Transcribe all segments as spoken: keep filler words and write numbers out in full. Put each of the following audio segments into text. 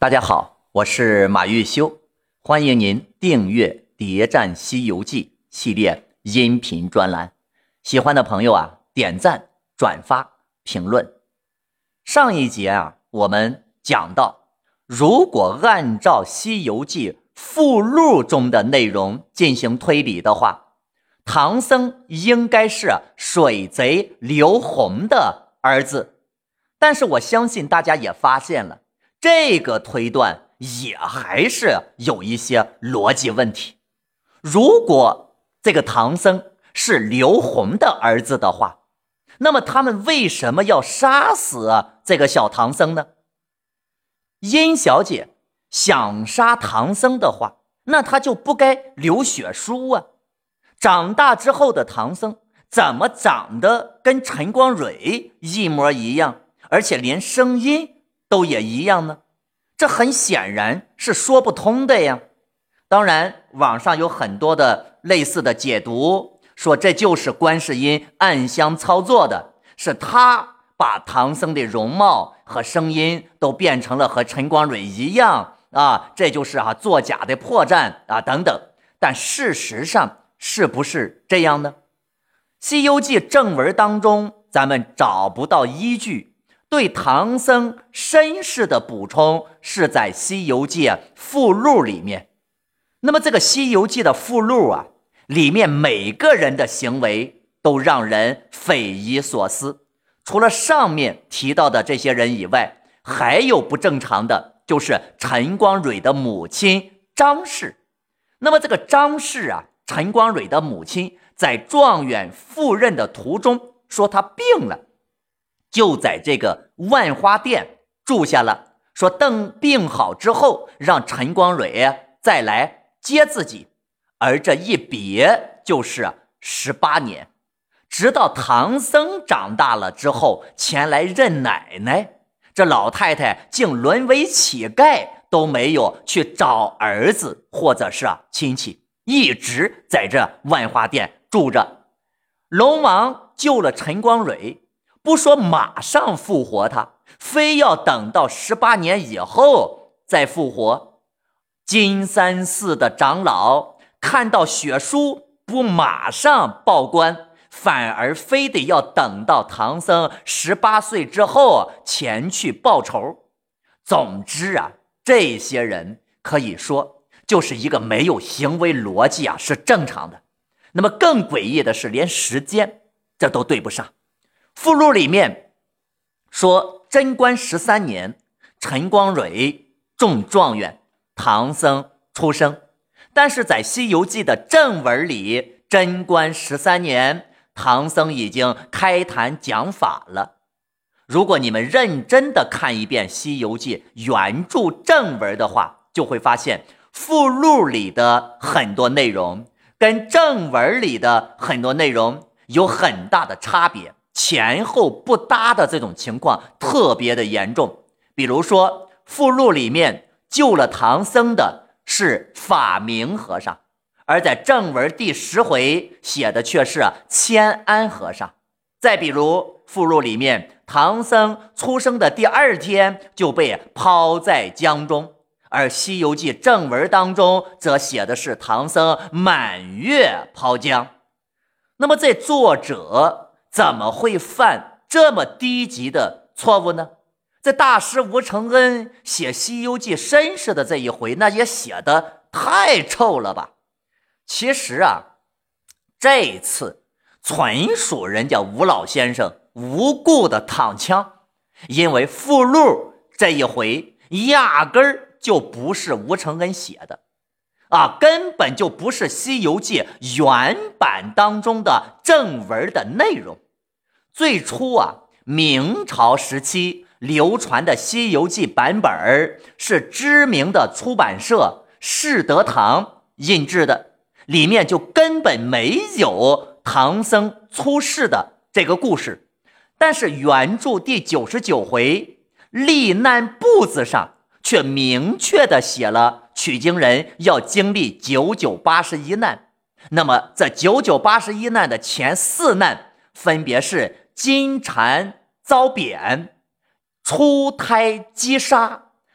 大家好，我是马玉修，欢迎您订阅《谍战西游记》系列音频专栏。喜欢的朋友啊，点赞、转发、评论。上一节啊，我们讲到，如果按照《西游记》附录中的内容进行推理的话，唐僧应该是水贼刘洪的儿子。但是我相信大家也发现了，这个推断也还是有一些逻辑问题。如果这个唐僧是刘洪的儿子的话，那么他们为什么要杀死这个小唐僧呢？殷小姐想杀唐僧的话，那他就不该留血书啊。长大之后的唐僧怎么长得跟陈光蕊一模一样，而且连声音都也一样呢？这很显然是说不通的呀。当然网上有很多的类似的解读，说这就是观世音暗箱操作的，是他把唐僧的容貌和声音都变成了和陈光蕊一样啊，这就是啊作假的破绽啊等等。但事实上是不是这样呢？西游记正文当中咱们找不到依据，对唐僧身世的补充是在西游记附录里面。那么这个西游记的附录啊，里面每个人的行为都让人匪夷所思。除了上面提到的这些人以外，还有不正常的，就是陈光蕊的母亲张氏。那么这个张氏啊，陈光蕊的母亲，在状元赴任的途中说她病了，就在这个万花店住下了，说等病好之后让陈光蕊再来接自己。而这一别就是十八年，直到唐僧长大了之后前来认奶奶，这老太太竟沦为乞丐，都没有去找儿子或者是亲戚，一直在这万花店住着。龙王救了陈光蕊，不说马上复活他，非要等到十八年以后再复活。金山寺的长老看到血书不马上报官，反而非得要等到唐僧十八岁之后前去报仇。总之啊，这些人可以说就是一个没有行为逻辑啊，是正常的。那么更诡异的是，连时间这都对不上。附录里面说贞观十三年，陈光蕊中状元，唐僧出生。但是在西游记的正文里，贞观十三年唐僧已经开坛讲法了。如果你们认真的看一遍西游记原著正文的话，就会发现附录里的很多内容跟正文里的很多内容有很大的差别，前后不搭的这种情况特别的严重。比如说附录里面救了唐僧的是法明和尚，而在正文第十回写的却是千安和尚。再比如附录里面，唐僧出生的第二天就被抛在江中，而西游记正文当中则写的是唐僧满月抛江。那么这作者怎么会犯这么低级的错误呢？这大师吴承恩写西游记身世的这一回，那也写得太臭了吧。其实啊，这次纯属人家吴老先生无故的躺枪，因为附录这一回压根儿就不是吴承恩写的啊，根本就不是西游记原版当中的正文的内容。最初啊，明朝时期流传的西游记版本是知名的出版社世德堂印制的，里面就根本没有唐僧出世的这个故事。但是原著第九十九回历难簿子上却明确的写了取经人要经历九九八十一难。那么这九九八十一难的前四难分别是金蝉遭贬、出胎击杀、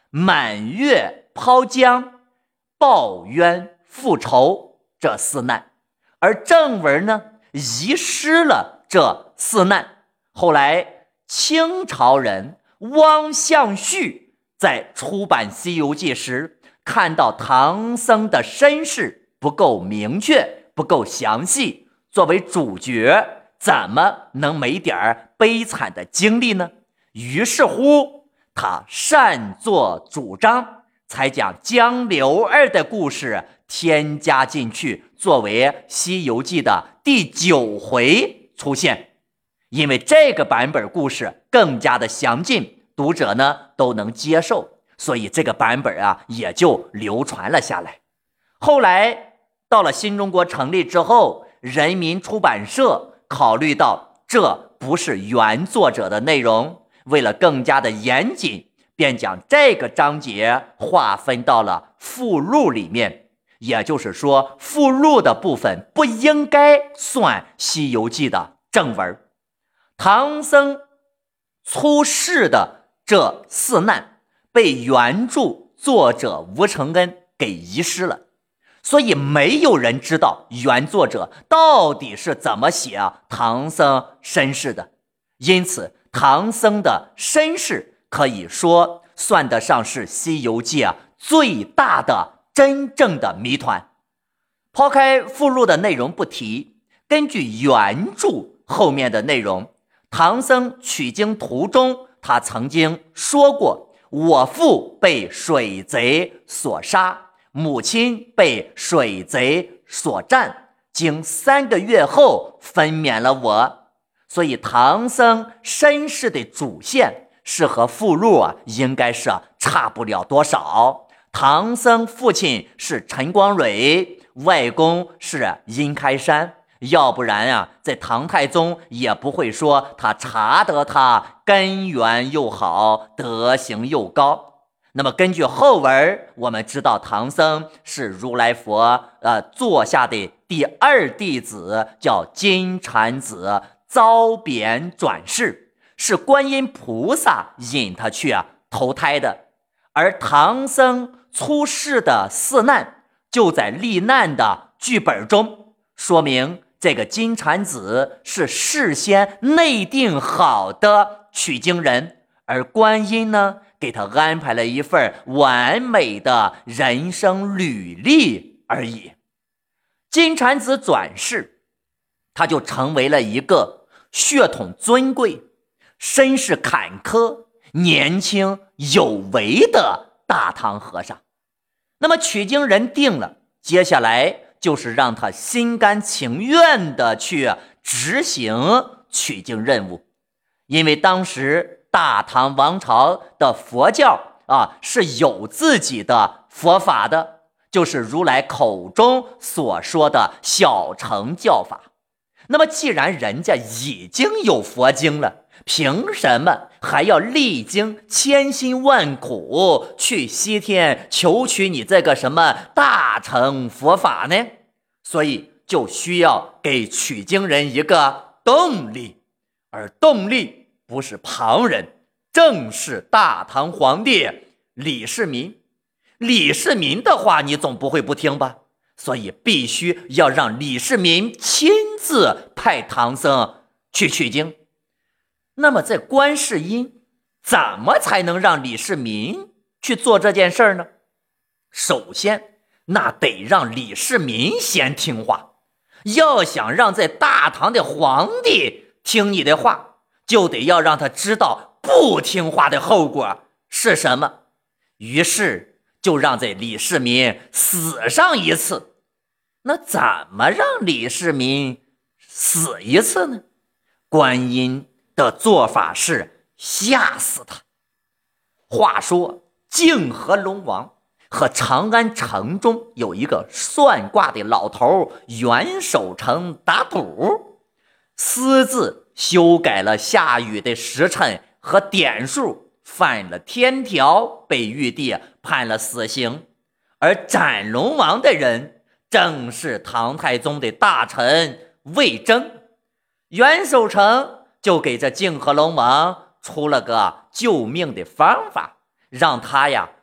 满月抛江、报冤复仇这四难，而正文呢遗失了这四难。后来清朝人汪象绪在出版《西游记》时，看到唐僧的身世不够明确，不够详细，作为主角怎么能没点悲惨的经历呢？于是乎他擅作主张，才将江流儿的故事添加进去，作为《西游记》的第九回出现。因为这个版本故事更加的详尽，读者呢都能接受，所以这个版本啊也就流传了下来。后来到了新中国成立之后，人民出版社考虑到这不是原作者的内容，为了更加的严谨，便将这个章节划分到了附录里面。也就是说，附录的部分不应该算《西游记》的正文。唐僧出世的这四难被原著作者吴承恩给遗失了，所以没有人知道原作者到底是怎么写唐僧身世的。因此唐僧的身世可以说算得上是《西游记》啊最大的真正的谜团。抛开附录的内容不提，根据原著后面的内容，唐僧取经途中，他曾经说过，我父被水贼所杀，母亲被水贼所占，经三个月后分娩了我。所以唐僧身世的主线是和附录啊应该是差不了多少。唐僧父亲是陈光蕊，外公是殷开山，要不然啊，在唐太宗也不会说他查得他根源又好，德行又高。那么根据后文，我们知道唐僧是如来佛呃座下的第二弟子，叫金蝉子，遭贬转世，是观音菩萨引他去啊投胎的。而唐僧出世的四难就在历难的剧本中，说明这个金蝉子是事先内定好的取经人，而观音呢给他安排了一份完美的人生履历而已。金蝉子转世，他就成为了一个血统尊贵、身世坎坷、年轻有为的大唐和尚。那么取经人定了，接下来就是让他心甘情愿的去执行取经任务。因为当时大唐王朝的佛教啊是有自己的佛法的，就是如来口中所说的小乘教法。那么既然人家已经有佛经了，凭什么还要历经千辛万苦去西天求取你这个什么大乘佛法呢？所以就需要给取经人一个动力，而动力不是旁人，正是大唐皇帝李世民。李世民的话你总不会不听吧？所以必须要让李世民亲自派唐僧去取经。那么在观世音怎么才能让李世民去做这件事呢？首先那得让李世民先听话。要想让在大唐的皇帝听你的话，就得要让他知道不听话的后果是什么。于是就让这李世民死上一次。那怎么让李世民死一次呢？观音的做法是吓死他。话说泾河龙王和长安城中有一个算卦的老头袁守诚打赌，私自修改了下雨的时辰和点数，犯了天条，被玉帝判了死刑。而斩龙王的人正是唐太宗的大臣魏征。袁守诚就给这泾河龙王出了个救命的方法，让他呀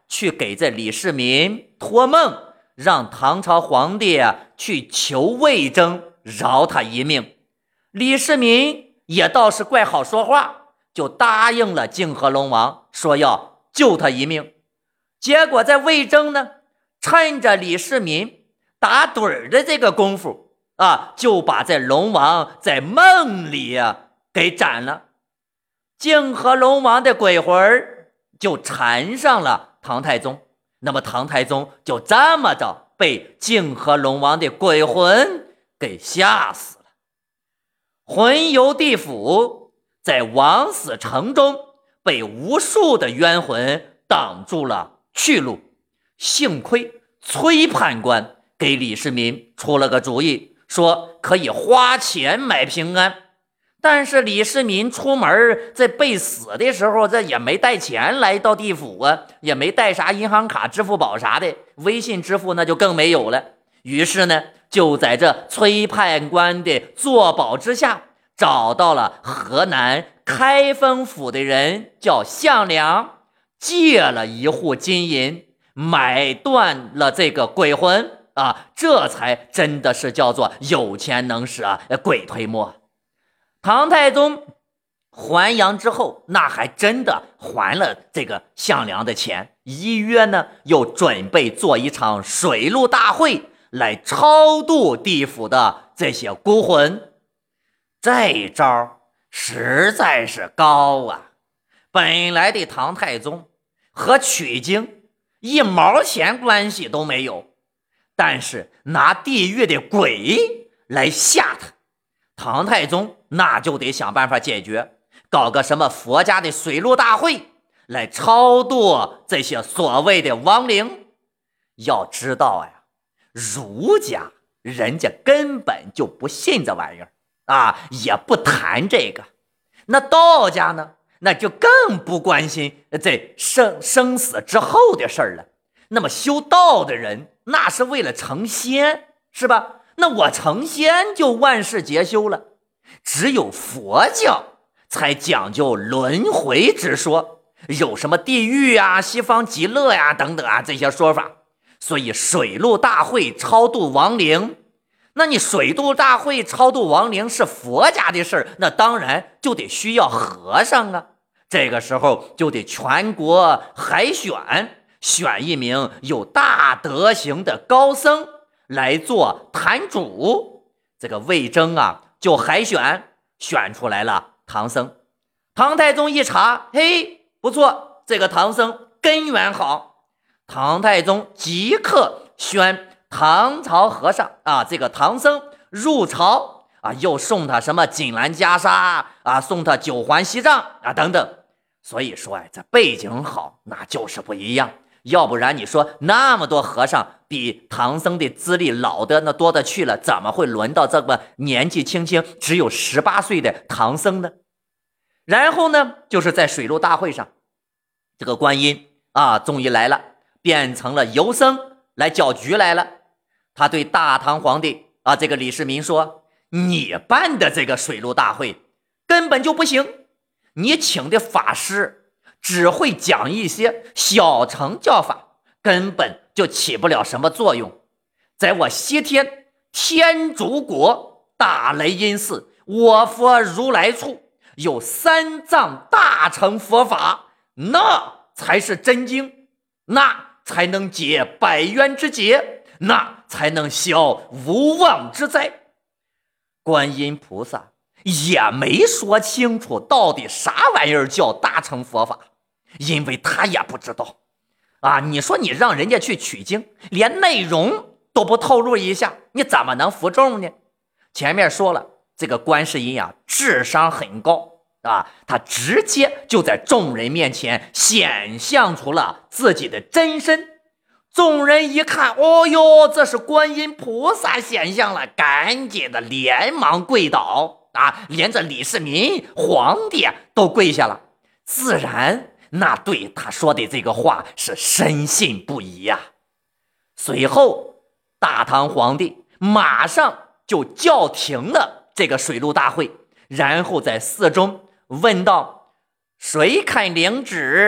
去给这李世民托梦，让唐朝皇帝啊去求魏征饶他一命。李世民也倒是怪好说话，就答应了泾河龙王，说要救他一命。结果在魏征呢，趁着李世民打盹的这个功夫啊，就把这龙王在梦里啊给斩了。泾河龙王的鬼魂就缠上了唐太宗，那么唐太宗就这么着被泾河龙王的鬼魂给吓死了。魂游地府，在枉死城中被无数的冤魂挡住了去路。幸亏崔判官给李世民出了个主意，说可以花钱买平安。但是李世民出门在被死的时候，这也没带钱来到地府啊，也没带啥银行卡、支付宝啥的，微信支付那就更没有了。于是呢，就在这崔判官的作保之下，找到了河南开封府的人叫项梁，借了一户金银，买断了这个鬼魂啊，这才真的是叫做有钱能使啊，鬼推磨。唐太宗还阳之后，那还真的还了这个项梁的钱，一约呢又准备做一场水陆大会来超度地府的这些孤魂。这招实在是高啊！本来的唐太宗和取经一毛钱关系都没有，但是拿地狱的鬼来吓他，唐太宗那就得想办法解决，搞个什么佛家的水陆大会来超度这些所谓的亡灵。要知道呀，儒家人家根本就不信这玩意儿啊，也不谈这个。那道家呢，那就更不关心这生生死之后的事儿了。那么修道的人，那是为了成仙，是吧？那我成仙就万事皆休了。只有佛教才讲究轮回之说，有什么地狱啊、西方极乐呀、啊、等等啊这些说法。所以水陆大会超度亡灵，那你水陆大会超度亡灵是佛家的事儿，那当然就得需要和尚啊。这个时候就得全国海选，选一名有大德行的高僧来做坛主。这个魏征啊就海选选出来了唐僧。唐太宗一查，嘿，不错，这个唐僧根源好。唐太宗即刻宣唐朝和尚啊，这个唐僧入朝啊，又送他什么锦兰袈裟啊，送他九环锡杖啊等等。所以说哎，这背景好那就是不一样，要不然你说那么多和尚比唐僧的资历老的那多的去了，怎么会轮到这个年纪轻轻只有十八岁的唐僧呢？然后呢，就是在水陆大会上，这个观音啊终于来了，变成了游僧来搅局来了。他对大唐皇帝啊这个李世民说，你办的这个水陆大会根本就不行，你请的法师只会讲一些小乘教法，根本就起不了什么作用。在我西天天竺国大雷音寺，我佛如来处有三藏大乘佛法，那才是真经，那才能解百冤之结，那才能消无妄之灾。观音菩萨也没说清楚到底啥玩意儿叫大乘佛法，因为他也不知道啊。你说你让人家去取经，连内容都不透露一下，你怎么能服众呢？前面说了，这个观世音啊智商很高啊，他直接就在众人面前显象出了自己的真身。众人一看，哦哟，这是观音菩萨显象了，赶紧的连忙跪倒啊，连着李世民皇帝都跪下了，自然那对他说的这个话是深信不疑呀、啊。随后大唐皇帝马上就叫停了这个水陆大会，然后在寺中问道，谁肯领旨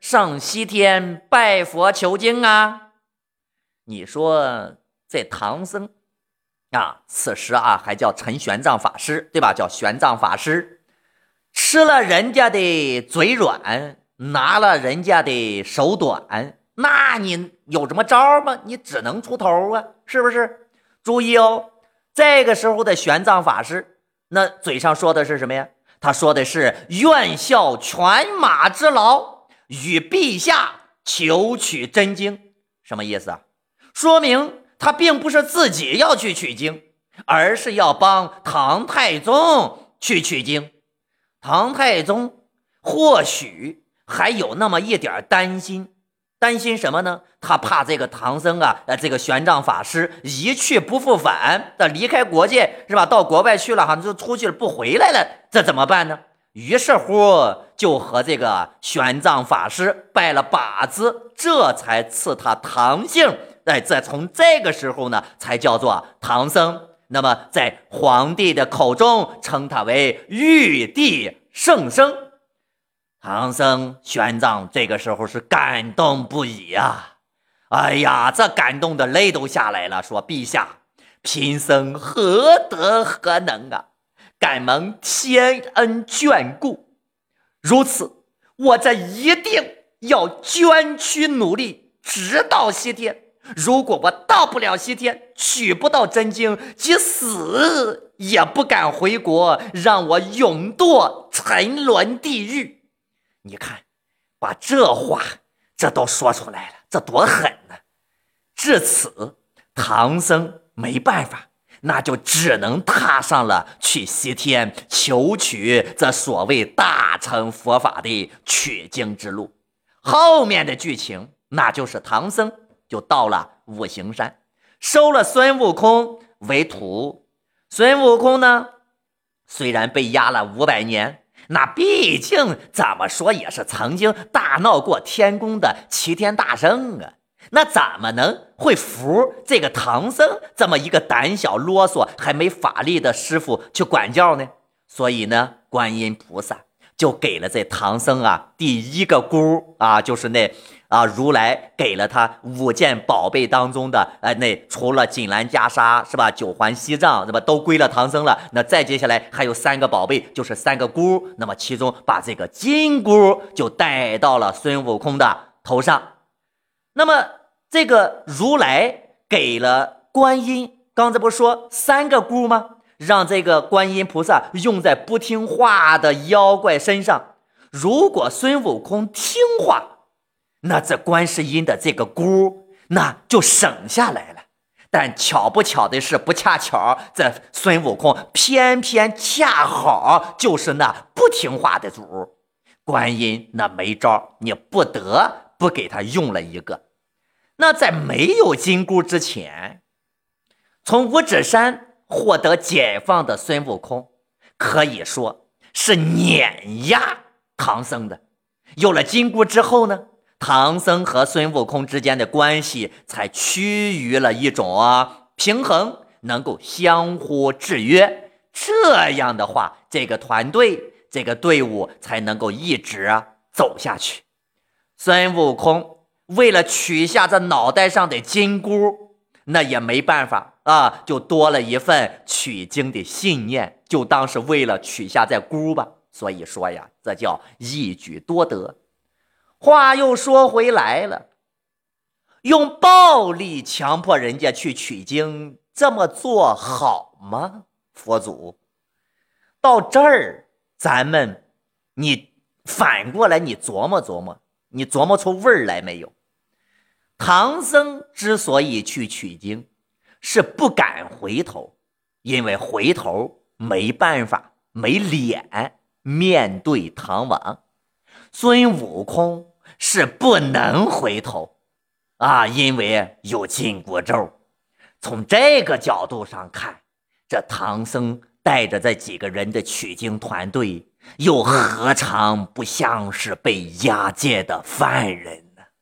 上西天拜佛求经啊。你说这唐僧啊，此时啊还叫陈玄奘法师，对吧？叫玄奘法师，吃了人家的嘴软，拿了人家的手短，那你有什么招吗？你只能出头啊，是不是？注意哦，这个时候的玄奘法师，那嘴上说的是什么呀？他说的是愿效犬马之劳，与陛下求取真经。什么意思啊？说明他并不是自己要去取经，而是要帮唐太宗去取经。唐太宗或许还有那么一点担心，担心什么呢？他怕这个唐僧啊，呃，这个玄奘法师一去不复返，他离开国界是吧？到国外去了，哈，就出去了不回来了，这怎么办呢？于是乎就和这个玄奘法师拜了把子，这才赐他唐姓。哎，这从这个时候呢，才叫做唐僧。那么在皇帝的口中称他为玉帝圣僧。唐僧玄奘这个时候是感动不已啊！哎呀，这感动的泪都下来了，说陛下，贫僧何德何能啊，感蒙天恩眷顾，如此我这一定要捐躯努力，直到西天。如果我到不了西天，取不到真经，即死也不敢回国，让我永堕沉沦地狱。你看，把这话这都说出来了，这多狠呢！至此，唐僧没办法，那就只能踏上了去西天求取这所谓大乘佛法的取经之路。后面的剧情，那就是唐僧就到了五行山，收了孙悟空为徒。孙悟空呢，虽然被压了五百年，那毕竟怎么说也是曾经大闹过天宫的齐天大圣啊，那怎么能会服这个唐僧这么一个胆小啰嗦还没法力的师傅去管教呢？所以呢，观音菩萨就给了这唐僧啊第一个箍啊，就是那啊如来给了他五件宝贝当中的呃那除了锦兰袈裟是吧，九环锡杖是吧，都归了唐僧了。那再接下来还有三个宝贝，就是三个箍，那么其中把这个金箍就戴到了孙悟空的头上。那么这个如来给了观音，刚才不是说三个箍吗？让这个观音菩萨用在不听话的妖怪身上。如果孙悟空听话，那这观世音的这个箍那就省下来了。但巧不巧的是，不恰巧这孙悟空偏偏恰好就是那不听话的主，观音那没招，你不得不给他用了一个。那在没有金箍之前，从五指山获得解放的孙悟空可以说是碾压唐僧的。有了金箍之后呢，唐僧和孙悟空之间的关系才趋于了一种啊平衡，能够相互制约。这样的话，这个团队这个队伍才能够一直啊走下去。孙悟空为了取下这脑袋上的金箍，那也没办法啊，就多了一份取经的信念，就当是为了取下这箍吧。所以说呀，这叫一举多得。话又说回来了，用暴力强迫人家去取经，这么做好吗？佛祖，到这儿咱们你反过来你琢磨琢磨，你琢磨出味儿来没有？唐僧之所以去取经，是不敢回头，因为回头没办法，没脸面对唐王。孙悟空是不能回头啊，因为有紧箍咒。从这个角度上看，这唐僧带着这几个人的取经团队，又何尝不像是被押解的犯人？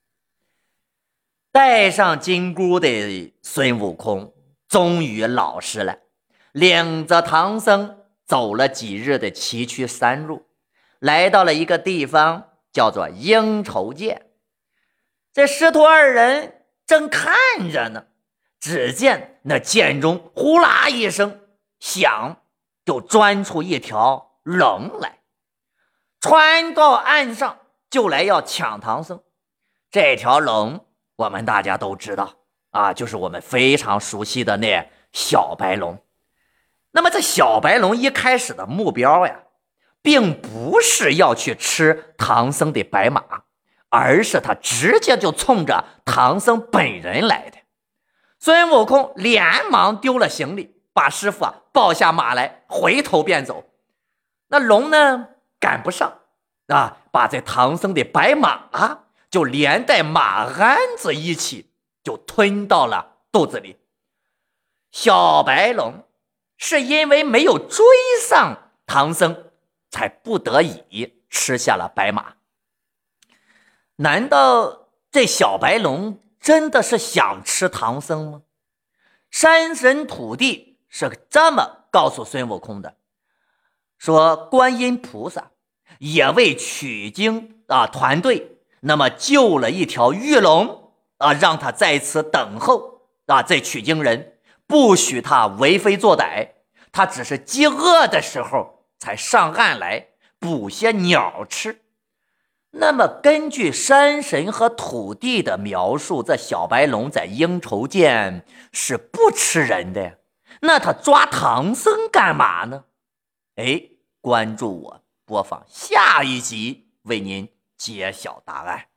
戴上金箍的孙悟空终于老实了，领着唐僧走了几日的崎岖山路，来到了一个地方叫做应酬见。这师徒二人正看着呢，只见那剑中呼啦一声响，就钻出一条龙来，穿到岸上就来要抢唐僧。这条龙我们大家都知道啊，就是我们非常熟悉的那小白龙。那么这小白龙一开始的目标呀，并不是要去吃唐僧的白马，而是他直接就冲着唐僧本人来的。孙悟空连忙丢了行李，把师傅啊抱下马来，回头便走。那龙呢赶不上啊，把这唐僧的白马啊就连带马鞍子一起就吞到了肚子里。小白龙是因为没有追上唐僧，才不得已吃下了白马。难道这小白龙真的是想吃唐僧吗？山神土地是这么告诉孙悟空的，说观音菩萨也为取经啊团队那么救了一条玉龙啊，让他在此等候啊，这取经人不许他为非作歹，他只是饥饿的时候才上岸来捕些鸟吃。那么根据山神和土地的描述，这小白龙在应酬见是不吃人的呀，那他抓唐僧干嘛呢？哎，关注我，播放下一集为您揭晓答案。